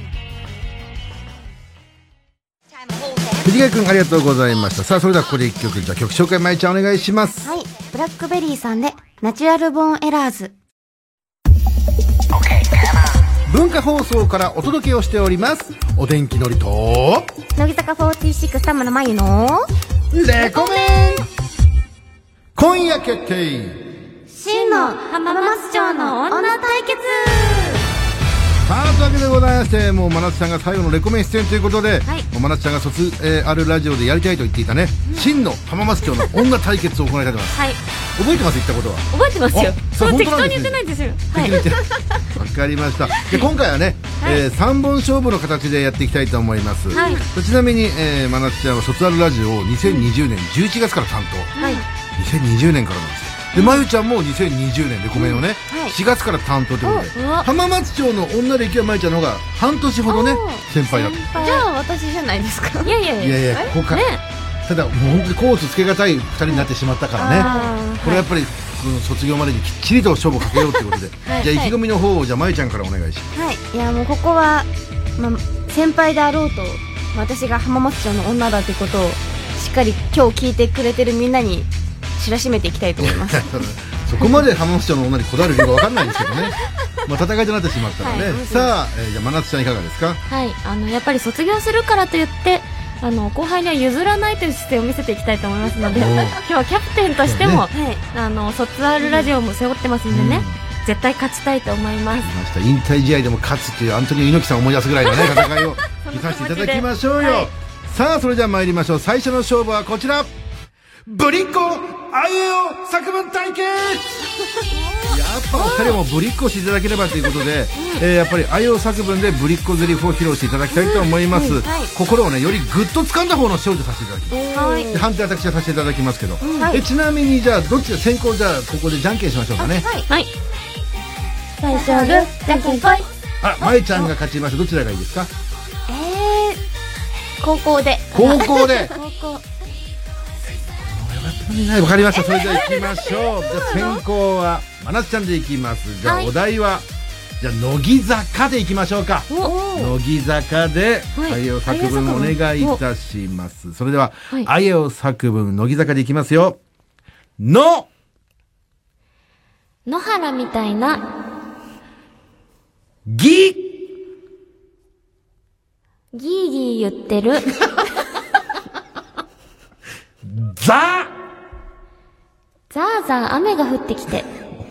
藤ヶ谷くんありがとうございました。さあそれではここでいっきょく、じゃあ曲紹介まいちゃんお願いします。 はい、ブラックベリーさんでナチュラルボーンエラーズ。 文化放送からお届けをしておりますお天気のりと乃木坂フォーティーシックス田村真由のレコメン。今夜決定真の浜松町の女対決。 さあというわけでございまして、もう真夏ちゃんが最後のレコメン出演ということで、はい、もう真夏ちゃんが卒、えー、あるラジオでやりたいと言っていたね、うん、真の浜松町の女対決を行いたいと思います。はい、 覚えてます言ったことは。 覚えてますよ。 あそれそう適当に本当なんですね言ってないんですよ。はい。 わかりました。で今回はね、えー、さんぼん勝負の形でやっていきたいと思います。 はい。 ちなみに、えー、まなつちゃんは卒アルラジオをにせんにじゅうねんじゅういちがつから担当。 はい。 にせんにじゅうねんからなんですよ。で、まゆちゃんもにせんにじゅうねんレコメンをね、しがつから担当ということで、浜松町の女歴はまゆちゃんの方が半年ほどね、先輩だった。 じゃあ私じゃないですか。 いやいやいや。 いやいや、ここから。ただ、もう本当にコースつけがたいふたりになってしまったからね。これやっぱり、この卒業までにきっちりと勝負をかけようということで。じゃあ意気込みの方を、じゃあまゆちゃんからお願いします。 はい。いやもうここは、まあ、先輩であろうと、私が浜松町の女だってことを、しっかり今日聞いてくれてるみんなに知らしめていきたいと思います。 そこまで浜松町の女にこだわる理由が分かんないですけどね。まあ戦いとなってしまったらね。はい、さあ、えー、じゃあ真夏ちゃんいかがですか。 はい、あのやっぱり卒業するからといってあの後輩には譲らないという姿勢を見せていきたいと思いますので、今日はキャプテンとしても、ね、あの卒アルラジオも背負ってますんでね、うん、絶対勝ちたいと思います。 ました引退試合でも勝つっていうアントニオ猪木さんを思い出すぐらいのね戦いを見させていただきましょうよ。はい、さあそれでは参りましょう。最初の勝負はこちら。ぶりっ子あいうえお作文対決。やっぱお二人もぶりっ子をしていただければということで、えー、やっぱりあいうえお作文でぶりっ子ゼリフを披露していただきたいと思います。うんはい、心をねよりぐっと掴んだ方の勝利とさせていただきます。はい、判定私はさせていただきますけど、はい、えちなみにじゃあどっちが先行じゃあここでじゃんけんしましょうかね。 はい、はい、 最初はグーじゃんけんぽい。 あ、まえちゃんが勝ちました。どちらがいいですか。 えー、高校で高校で高校はい、わかりました。それでは行きましょう。じゃあ先行はまなつちゃんでいきます。じゃあお題は、はい、じゃあ乃木坂でいきましょうか。乃木坂であいうえお作文お願いいたします。それではあいうえお作文乃木坂でいきますよ。の野原みたいなぎギーギー言ってるザザーザー雨が降ってきて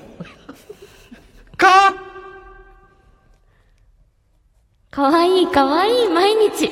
かかわいいかわいい毎日。こ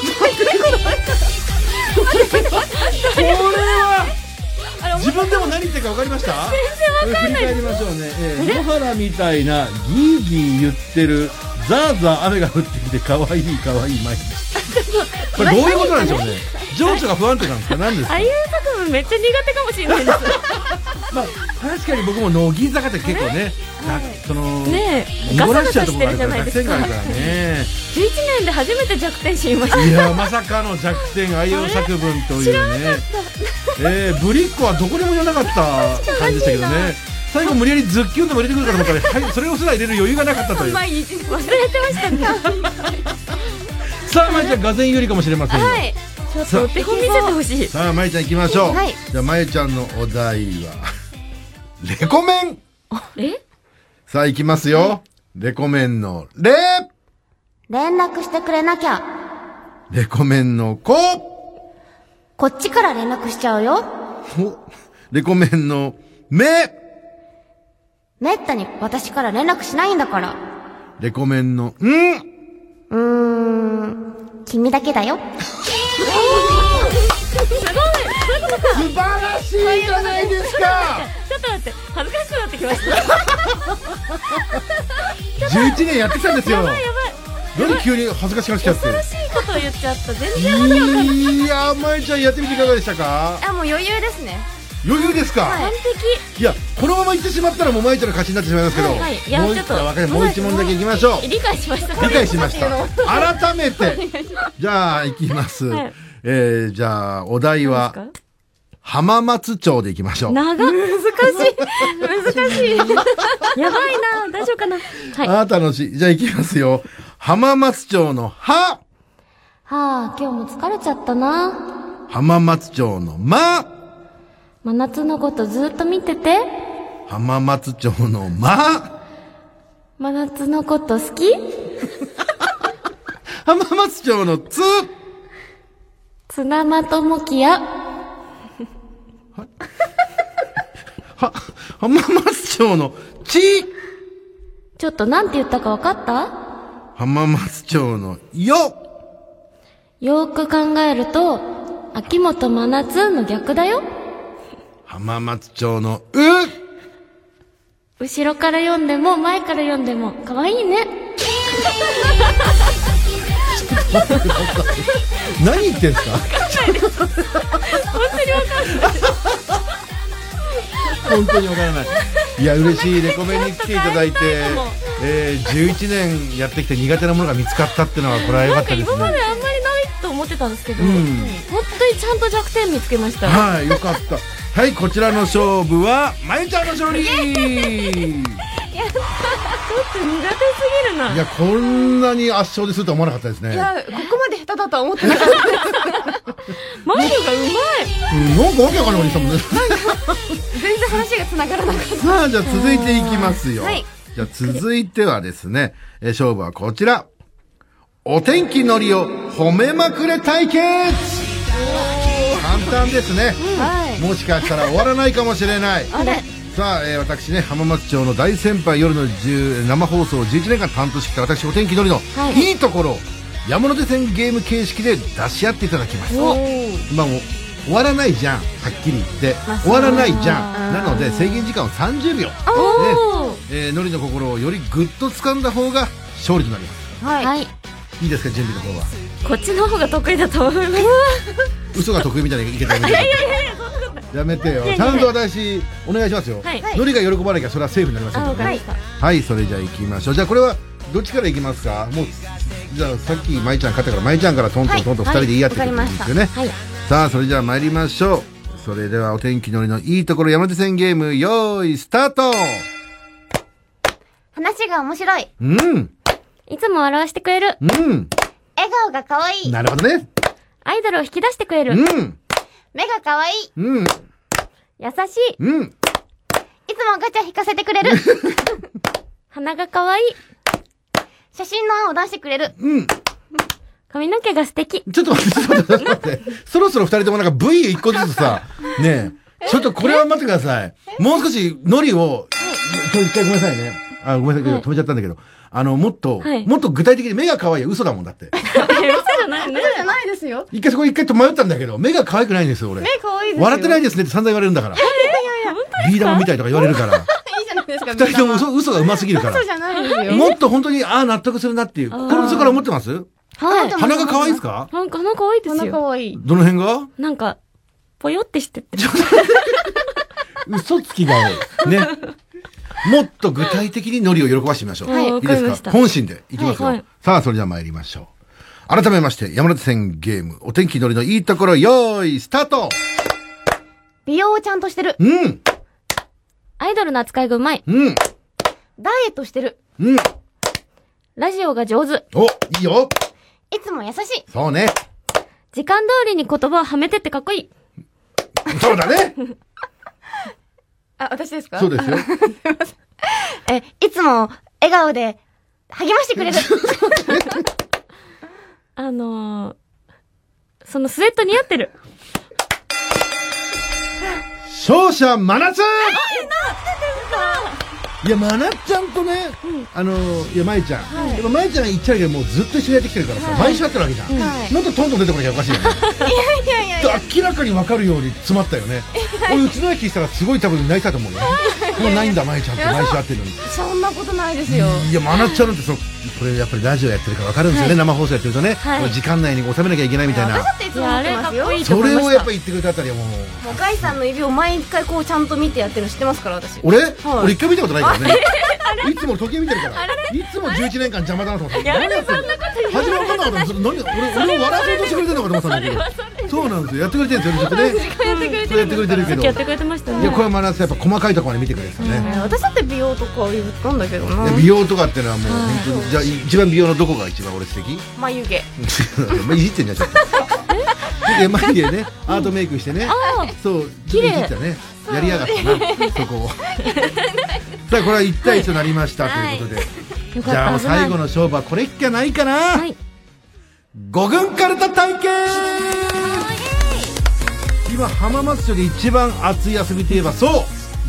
れは自分でも何言ってるか分かりました？全然分かんない。振り返りましょうね。えー、野原みたいなギーギー言ってるザーザー雨が降ってきてかわいいかわいい毎日。これどういうことなんでしょうね。情緒が不安定なんですか。何ですか。 あいう作文めっちゃ苦手かもしれないです。 まあ確かに僕も乃木坂って結構ね、そのねえガサガサしてるじゃないですか。 じゅういちねんで初めて弱点知りました。 いやまさかの弱点あいうえお作文というね。えー、ぶりっ子はどこでも言わなかった感じでしたけどね。最後無理やりズッキュンとも入れてくるかと思ったら、はい、それをすら入れる余裕がなかったという。 毎日忘れてましたね。 さあまいちゃんがぜん有利かもしれませんよ。 はい、ちょっとお手本見せてほしい。 さあまいちゃん行きましょう。はい、じゃあまいちゃんのお題はレコメン。 えさあ行きますよ。レコメンのレ連絡してくれなきゃ。 レコメンのコこっちから連絡しちゃうよ。 レコメンのメめったに私から連絡しないんだから。 レコメンのんうーん、君だけだよ。 素晴らしいじゃないですか。 ちょっと待って、恥ずかしくなってきました。 じゅういちねんやってきたんですよ。 やばいやばい。 何急に恥ずかしくなってきちゃって。 恐ろしいことを言っちゃった。全然恥ずかしかった。 いやー、まゆちゃんやってみていかがでしたか。 あ、もう余裕ですね。 余裕ですか。 完璧。 いや、このまま行ってしまったらもうまゆちゃんの勝ちになってしまいますけど、はいはい、いやもうちょっと分かりもう一問だけ行きましょう。 理解しました。 理解しました。改めてじゃあ行きます。はい、えー、じゃあお題は浜松町で行きましょう。 長難しい難しい。やばいな、大丈夫かな。 はい。あー楽しい。じゃあ行きますよ。浜松町のは。 はあ、今日も疲れちゃったな。 浜松町のま。 真夏のことずっと見てて。 浜松町のま。 真夏のこと好き。 浜松町のつ。 綱間智樹や。 は、浜松町のち。 ちょっとなんて言ったかわかった？ 浜松町のよ。 よーく考えると、秋元真夏の逆だよ。 浜松町のう後ろから読んでも前から読んでも可愛いね。 何言ってんすか？本当にわからない。いや嬉しいレコメンに来ていただいて、えー、じゅういちねんやってきて苦手なものが見つかったっていうのはこれは良かったですね。 今まであんまりないと思ってたんですけど、うん、本当にちゃんと弱点見つけました。 はい、よかった。はい、こちらの勝負はまゆちゃんの勝利。 やったー。ちょっと苦手すぎるな。 いや、こんなに圧勝でするとは思わなかったですね。 いや、ここまで下手だとは思ってなかったです。 マユがうまい。 うん、なんかわけわかんないこと言ったもんね。 全然話が繋がらなかった。 さあ、じゃあ続いていきますよ。 はい。 じゃあ続いてはですね、えー、勝負はこちら。お天気のりを褒めまくれ対決。簡単ですね、うん、はい、もしかしたら終わらないかもしれない。 あれさあ、えー、私ね、浜松町の大先輩、夜の生放送をじゅういちねんかん担当してきた私、お天気のりの、はい、いいところを山手線ゲーム形式で出し合っていただきます。まあもう終わらないじゃん、はっきり言って、まあ、終わらないじゃん。なので制限時間はさんじゅうびょう、ね、えー、のりの心をよりぐっと掴んだ方が勝利となります。 はい、いいですか、準備の方は。 こっちの方が得意だと思います。 嘘が得意みたいな言い方やめて。いやいやいやいや、そんなことない。やめてよ。ちゃんと私お願いしますよ。はい、のりが喜ばなきゃそれはセーフになりませんので。はい、はい、それじゃあ行きましょう。じゃあこれはどっちから行きますか。もうじゃあさっきまいちゃん勝ったからまいちゃんからトントントンとふたりで言い合ってくるんですよね。はい、さあそれじゃあ参りましょう。それではお天気のりのいいところ山手線ゲーム用意スタート。 話が面白い。 うん。 いつも笑わしてくれる。 うん。 笑顔が可愛い。 なるほどね。 アイドルを引き出してくれる。 うん。 目が可愛い。 うん。 優しい。 うん。 いつもガチャ引かせてくれる。 鼻が可愛い。 写真の案を出してくれる。 うん。 髪の毛が素敵。 ちょっと待って、ちょっと待って、待って。そろそろ二人ともなんか ブイいっこずつさ、ねえ、ちょっとこれは待ってください。もう少しノリを、今日一回ごめんなさいね。あ、ごめんなさい、止めちゃったんだけど。あの、もっと、はい、もっと具体的に目が可愛い。嘘だもんだって。 嘘じゃないね。 嘘じゃないですよ。 一回そこ一回と迷ったんだけど、目が可愛くないんですよ、俺。 目可愛いですよ。 笑ってないですねって散々言われるんだから。 いやいやいや、本当ですか？ ビー玉みたいとか言われるから。いいじゃないですか。 二人とも嘘、嘘が上手すぎるから。 嘘じゃないですよ。 もっと本当に、ああ、納得するなっていう。心の底から思ってます？ はい。 鼻が可愛いですか？ なんか鼻可愛いですよ。 鼻可愛い。 どの辺が？ なんか、ぽよってしてって。 嘘つきが多い。ね。もっと具体的にノリを喜ばしてみましょう。 はい、 いいですか？本心でいきますよ。はいはい、さあ、それじゃあ参りましょう。改めまして、山手線ゲーム、お天気ノリのいいところ、よーい、スタート！ 美容をちゃんとしてる。 うん。 アイドルの扱いがうまい。 うん。 ダイエットしてる。 うん。 ラジオが上手。 お、いいよ。 いつも優しい。 そうね。 時間通りに言葉をはめてってかっこいい。 そうだね。 あ、私ですか？ そうですよ。 え、いつも笑顔で励ましてくれる。 あのー、そのスウェット似合ってる。 勝者真夏。いや、まなっちゃんとね、うん、あのー、いや、まいちゃん。はい、やっぱまいちゃん言っちゃうけど、もうずっと一緒にやってきてるからさ、はい、毎週やってるわけじゃん。はい、もっとトントン出てこなきゃおかしいよね。 いやいやいやいや。 明らかに分かるように詰まったよね。俺、うちの駅したらすごい多分泣いたと思うよ。もうないんだ、まいちゃんって毎週会ってるのに。 そんなことないですよ。 いや、まなっちゃんなんてその、これやっぱりラジオやってるから分かるんですよね、はい、生放送やってるとね。はい、時間内に収めなきゃいけないみたいな。 私だっていつも思ってますよ。 それをやっぱ言ってくれたあたりはもう。 もう、ガイさんの指を毎回こうちゃんと見てやってるの知ってますから、私。 俺、はい、俺一回見たことないからね。いつも時計見てるから。いつもじゅういちねんかん邪魔だなと思って。 やめて、そんなこと言わない。 初め分かんなかった。何、俺、俺を笑わそうとしてくれてるのかと思ったんだけど。そうなんですよ。やってくれてるんですよ、ちょっとね。 やってくれてる。 やってくれてるけど。 やってくれてましたね。 いや、これはまだやっぱ細かいところまで見てくれてたね。 私だって美容とか言ったんだけどな。 美容とかってのはもう、本当に、じゃあ、一番美容のどこが一番俺素敵？ 眉毛。 いじってんじゃん、ちょっと。眉毛ね、アートメイクしてね。そう、綺麗。いじったね。やりやがったな、そこを。さあ、これはいちたいいちとなりましたということで。じゃあ、最後の勝負はこれっきゃないかな。ごぐんカルタ対決。今、浜松町で一番熱い遊びといえば、そう、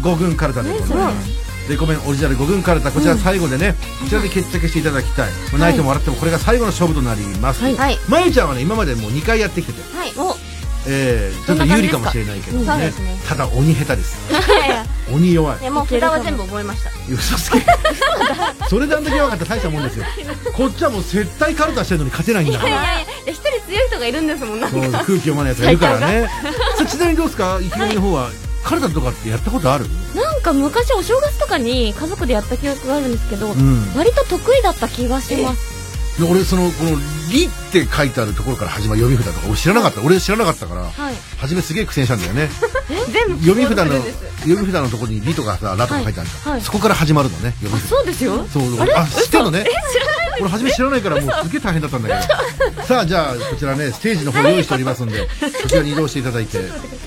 ごぐんカルタでございます。レコメンオリジナルごぐんカルタ、こちら最後でね、こちらで決着していただきたい。泣いても笑ってもこれが最後の勝負となります。まゆちゃんはね、今までもうにかいやってきてて。 えー、ちょっと有利かもしれないけどね。 そうですね。 ただ鬼下手です。 いやいや鬼弱い。 いやもう札は全部覚えました。 嘘つけ。それであんだけ弱かったら大したもんですよ。こっちはもう接待カルタしてるのに勝てないんだから。 いやいや一人強い人がいるんですもん。なんかそう空気読まないやつがいるからね。さあちなみにどうですか、意気込みの方はカルタとかってやったことある？ なんか昔お正月とかに家族でやった記憶があるんですけど、 ん割と得意だった気がします。 で俺そのこの「り」って書いてあるところから始まる読み札とか俺知らなかった。俺知らなかったから、 はい、 初めすげえ苦戦したんだよね。 全部読み札の読み札のところに「り」とかさ「ら」とか書いてあるんだ、 はいはい、 そこから始まるのね読み札。 そうですよ。 そう俺あ知ってるのね。俺初め知らないからもうすげえ大変だったんだけど。さあじゃあこちらねステージの方用意しておりますんでそちらに移動していただいて。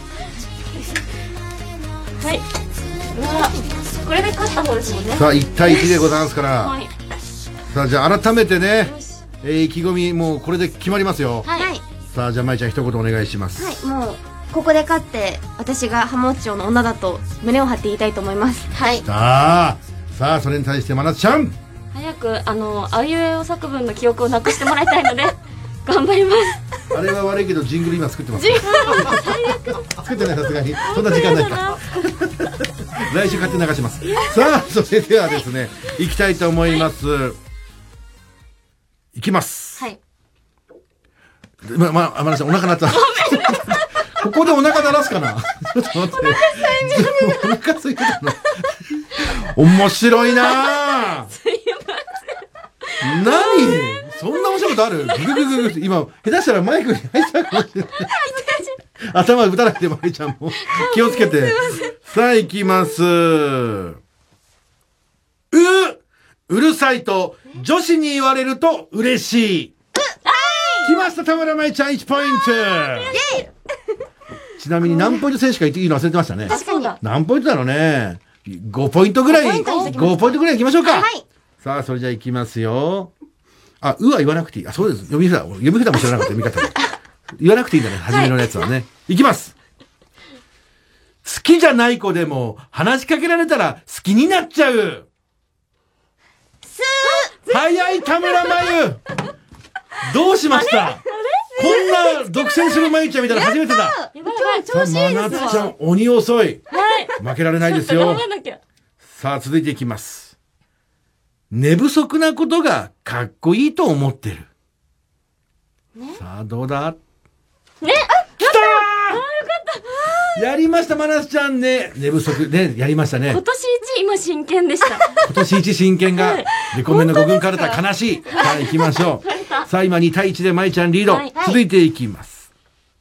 はい。うわこれで勝った方ですもんね。 さあいちたいいちでございますから、 はい、 さあじゃあ改めてね、えー、意気込みもうこれで決まりますよ。 はい。 さあじゃあまいちゃん一言お願いします。 はい、もうここで勝って私が浜松町の女だと胸を張って言いたいと思います。はい。 さあさあそれに対して真夏ちゃん早くあのあいうえお作文の記憶をなくしてもらいたいので頑張ります。 あれは悪いけどジングル今作ってます作ってないさすがにそんな時間ないか来週勝手に流します。さあそれではですね行きたいと思います。いきます。 はい。 ままあまなちゃんお腹鳴ったここでお腹鳴らすかなちょっと待ってお腹空いてたの面白いなすいません。何そんな面白いことある？グググググって今下手したらマイクに入っちゃうかもしれない頭打たなくてまりちゃんも気をつけて。さあ行きます。ううるさいと女子に言われると嬉しい。来ました田村まいちゃんいちポイント。ちなみに何ポイント選手か言っていいの忘れてましたね。 確かに。 何ポイントだろうね。ごポイントぐらいごポイントぐらいいきましょうか。はい。さあそれじゃあいきますよ。あ、うは言わなくていい。あ、そうです。読み札、読み札も知らなかった、読み方。言わなくていいんだね、初めのやつはね。いきます。好きじゃない子でも、話しかけられたら好きになっちゃう。 すー早い田村真由どうしました？こんな独占するまゆちゃんみたいな初めてだ。 今日調子いいですわ。 まなつちゃん、鬼遅い。 はい。 負けられないですよ。さあ、続いていきます。寝不足なことがかっこいいと思ってる。ね、さあ、どうだ？ ね、 来たー！あー、よかった。やりました、まなすちゃんね。寝不足ね、やりましたね。 今年一今真剣でした。 今年一真剣が、レコメンのご軍カルタ悲しい。さあ、行きましょう。さあ、今にたいいちでまいちゃんリード。はい、続いていきます。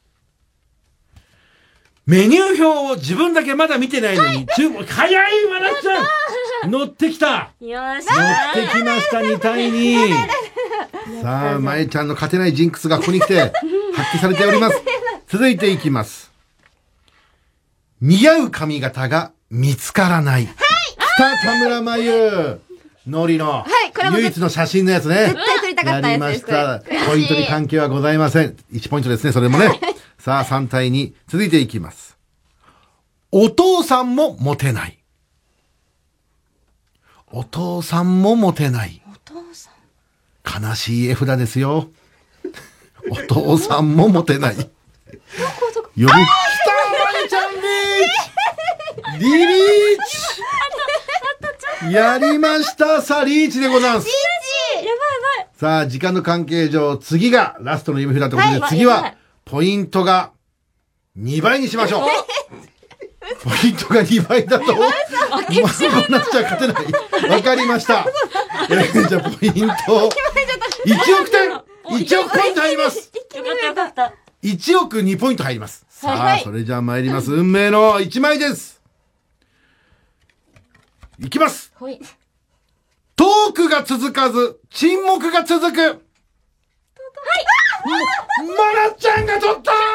メニュー表を自分だけまだ見てないのに、注文、早いまなすちゃん乗ってきた。 よし。乗ってきました、にたいに。さあ、まえちゃんの勝てないジンクスがここに来て、発揮されております。続いていきます。似合う髪型が見つからない。はい。来た、田村真由。ノリの、はい、これも唯一の写真のやつね。 絶対撮りたかったやつです。 やりました。ポイントに関係はございません。いちポイントですね、それもね。さあ、さんたいに。続いていきます。お父さんもモテない。お父さんもモテない。 お父さん。 悲しい絵札ですよ。お父さんもモテない。より、来たまゆちゃんリーチリリーチやりましたさあ、リーチでございます。リーチやばいやばい。 さあ、時間の関係上、次がラストの読み札ということで、はい、次は、ポイントがにばいにしましょう。ポイントがにばいだと、まあ、なっちゃ勝てない。わかりました。えー、じゃあ、ポイント、いちおくてん !いちおくポイント入ります。 よかったよかった。 いちおくにポイント入ります。さあ、はい、それじゃあ参ります。運命のいちまいです。いきます。はい、トークが続かず、沈黙が続く。はい。まなっちゃんが取ったー。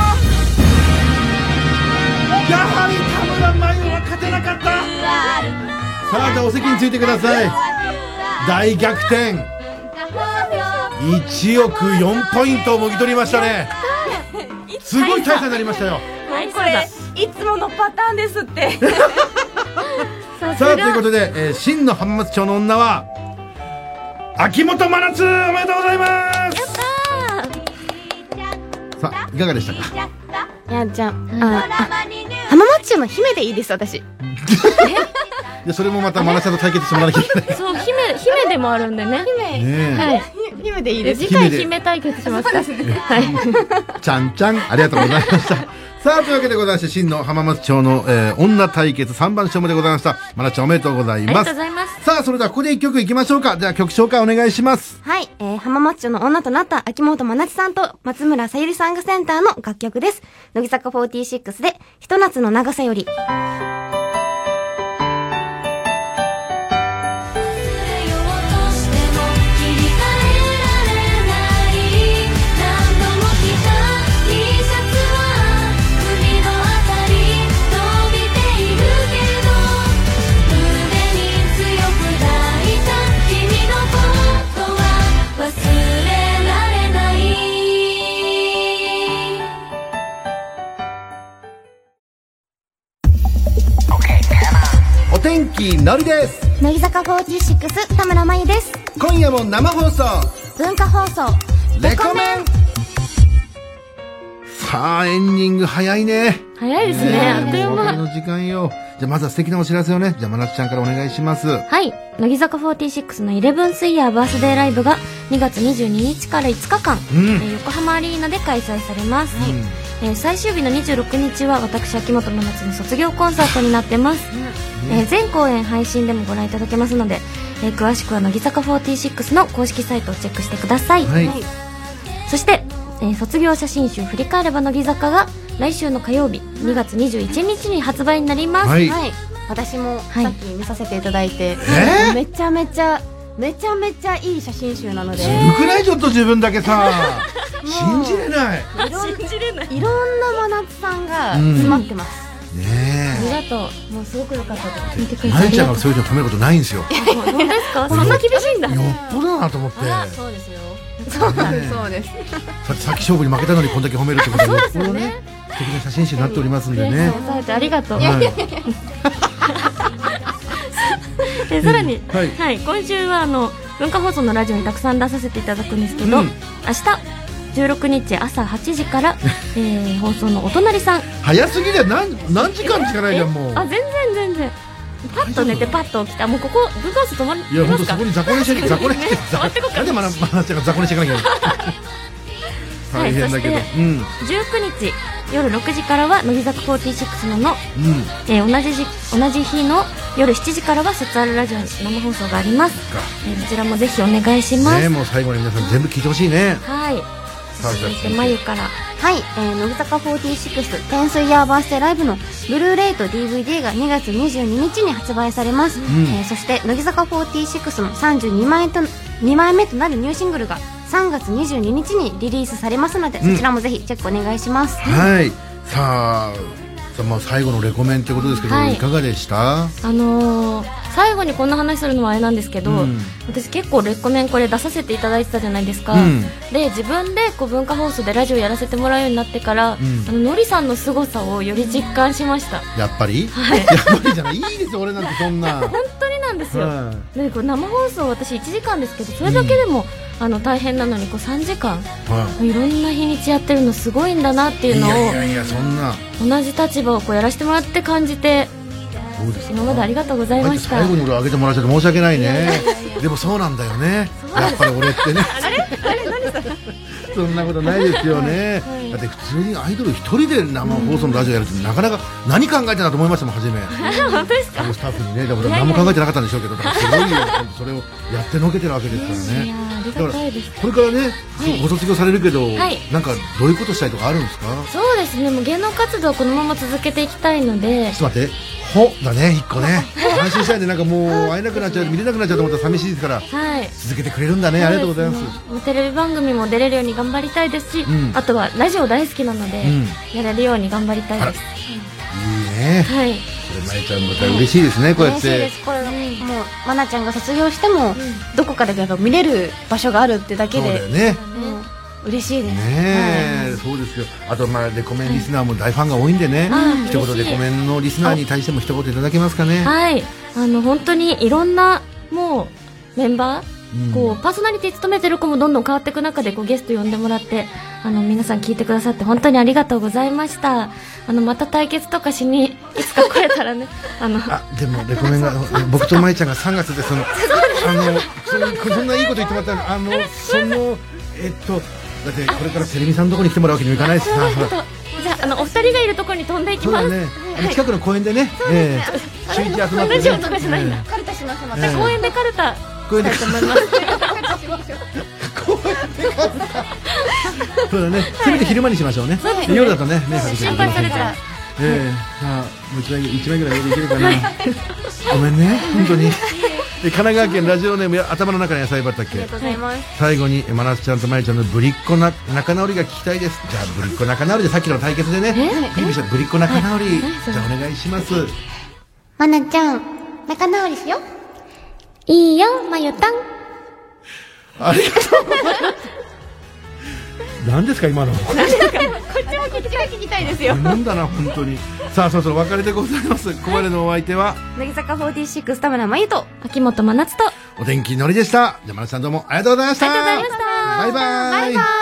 やはり田村真由は勝てなかった。さあ、じゃあお席についてください。大逆転。いちおくよんポイントをもぎ取りましたね。すごい大差になりましたよ。 はい、これいつものパターンですって。 さあ、ということで、えー、真の浜松町の女は秋元真夏、おめでとうございます。やったー。さあ、いかがでしたか？ やんちゃん。あ、あ、浜松町の姫でいいです、私。 でそれもまたマナちゃんと対決してもらわなきゃいけない。 そう、姫、姫でもあるんでね。 姫。 ねはい。 姫でいいです。 次回姫対決しますか。はい。 ちゃんちゃん、ありがとうございました。さあ、というわけでございまして、真の浜松町の、えー、女対決さんばん勝負でございました。マナちゃんおめでとうございます。ありがとうございます。 さあ、それではここで一曲いきましょうか。じゃあ曲紹介お願いします。 はい、えー、浜松町の女となった秋元真夏さんと松村さゆりさんがセンターの楽曲です。乃木坂フォーティーシックスで、ひと夏の長さより。 お天気のりです。 乃木坂フォーティーシックス田村真由です。 今夜も生放送文化放送レコメン。さあエンディング早いね。 早いですね。あっという間。 お別れの時間よ。じゃあまずは素敵なお知らせをね。じゃあまなつちゃんからお願いします。 はい。乃木坂フォーティーシックスのイレブンスイヤーバースデーライブがにがつにじゅうににちからいつかかん、うん、えー、横浜アリーナで開催されます。うん、えー、最終日のにじゅうろくにちは私秋元真夏の卒業コンサートになってます。うん、えー、全公演配信でもご覧いただけますので、えー、詳しくは乃木坂フォーティーシックスの公式サイトをチェックしてください。はい、そして、えー、卒業写真集振り返れば乃木坂が来週の火曜日にがつにじゅういちにちに発売になります。 はい、はい、私もさっき見させていただいて、はい、めちゃめちゃめちゃめちゃいい写真集なので。 ずるくない？ちょっと自分だけさ信じれない。 信じれない。いろんな真夏さんが詰まってます。 うん、ねえ。 ありがとう。もうすごく良かったです。見てくれて。 まゆちゃんがそういうの止めることないんですよ。 本当ですか？そんな厳しいんだ。 よっぽどだなと思って。 そうですよ。そうなんです。そうです。 さっきさっき勝負に負けたのにこんだけ褒めるってことはよっぽどね。素敵な写真集になっておりますんでね。 ありがとう。でさらに、はいはい、今週はあの文化放送のラジオにたくさん出させていただくんですけど、うん、明日じゅうろくにち朝はちじから、えー、放送のお隣さん。 早すぎだよ。何何時間しかないじゃんもう。 あ、全然全然パッと寝てパッと起きた。もうここ文化放送止まりますか。 いや本当そこに雑魚寝して雑魚寝してなんでまなまなちゃんが雑魚寝していかなきゃいけない大変だけど、はい、そして、うん、 じゅうくにち夜ろくじからは乃木坂フォーティーシックスのの、うん、えー、同じじ同じ日の夜しちじからは卒アルラジオの生放送があります。えー、こちらもぜひお願いします。 ね、もう最後に皆さん全部聞いてほしいね。 はい。続いてまゆから。 はい、えー、乃木坂フォーティーシックステンスイヤーバースデーライブのブルーレイと ディーブイディー がにがつにじゅうににちに発売されます。うん、えー、そして乃木坂フォーティーシックスのさんじゅうにまいとにまいめとなるニューシングルがさんがつにじゅうににちにリリースされますので、うん、そちらもぜひチェックお願いします。 はい。さあ、さあまあ最後のレコメンってことですけど、はい、いかがでした？ あのー、最後にこんな話するのはあれなんですけど、うん、私結構レコメンこれ出させていただいてたじゃないですか。うん、で自分でこう文化放送でラジオやらせてもらうようになってから、うん、あののりさんの凄さをより実感しました。 やっぱり？はい。やっぱりじゃない。いいですよ俺なんてそんな。 本当になんですよ。はい、でこう生放送私いちじかんですけど、それだけでも、うん、あの大変なのにこうさんじかん、はい、いろんな日にちやってるのすごいんだなっていうのを、いやいやいやそんな同じ立場をこうやらせてもらって感じて。今までありがとうございました。 最後に俺あげてもらっちゃって申し訳ないね。でもそうなんだよね。やっぱり俺ってね。 あれあれ何それ。 そんなことないですよね。はい、だって普通にアイドル一人で生放送のラジオやるってなかなか何考えてたと思いましたもん初め。 本当ですか。 スタッフにね、だから何も考えてなかったんでしょうけど、だからすごいよ。それをやってのけてるわけですからね。だからこれからね、ご卒業されるけど、なんかどういうことしたいとかあるんですか。 そうですね。もう芸能活動をこのまま続けていきたいので。 ちょっと待って。ほだね一個ね安心したいんで、なんかもう会えなくなっちゃう見れなくなっちゃうと思ったら寂しいですから、はい、続けてくれるんだね。ありがとうございます。 テレビ番組も出れるように頑張りたいですし、うん、あとはラジオ大好きなので、うん、やれるように頑張りたいです。 いいね。 はい。 これまゆちゃんまた嬉しいですね、はい、こうやって。 嬉しいです。これ、うん、もうまなちゃんが卒業しても、うん、どこかで見れる場所があるってだけで。 そうだよね。 嬉しいですね。はい、そうですよ。あとまあレコメンリスナーも大ファンが多いんでね、はい、一言レコメンのリスナーに対しても一言いただけますかね。 はい、あの本当にいろんなもうメンバーこうパーソナリティ務めてる子もどんどん変わっていく中でこうゲスト呼んでもらってあの皆さん聞いてくださって本当にありがとうございました。あのまた対決とかしにいつか来れたらねあのあでもレコメンが僕と舞ちゃんがさんがつでそのあのそそんないいこと言ってもらったらあのそのえっとだってこれからセレミさんのところに来てもらうわけにもいかないしさじゃあ、あのお二人がいるところに飛んでいきます。 そうだね。あの近くの公園でね、ええ、週一集まってね。 ラジオとかじゃないんだ。 カルタしましょう。また公園でカルタ公園でしたいと思います。 公園でカルタ。そうだね。せめて昼間にしましょうね。夜だとね、目かけて心配されちゃう。 ええ、さあもう一枚一枚ぐらいでいけるかな。ごめんね、本当に。神奈川県ラジオネームや頭の中の野菜畑。ありがとうございます。最後に真夏ちゃんとまゆちゃんのぶりっ子な仲直りが聞きたいです。じゃあぶりっ子仲直りでさっきの対決でね、ピリピリしたぶりっ子仲直り、じゃあお願いします。 まなちゃん、仲直りしよ。 いいよ、まゆたん。 ありがとうございます。何ですか今の。 こっちもこっちが聞きたいですよ。 なんだな本当に。さあそろそろ別れでございます。ここまでのお相手は乃木坂フォーティーシックス田村真由と秋元真夏とお天気のりでした。じゃあ真夏さんどうもありがとうございました。 ありがとうございました。 バイバイ。 バイバイ。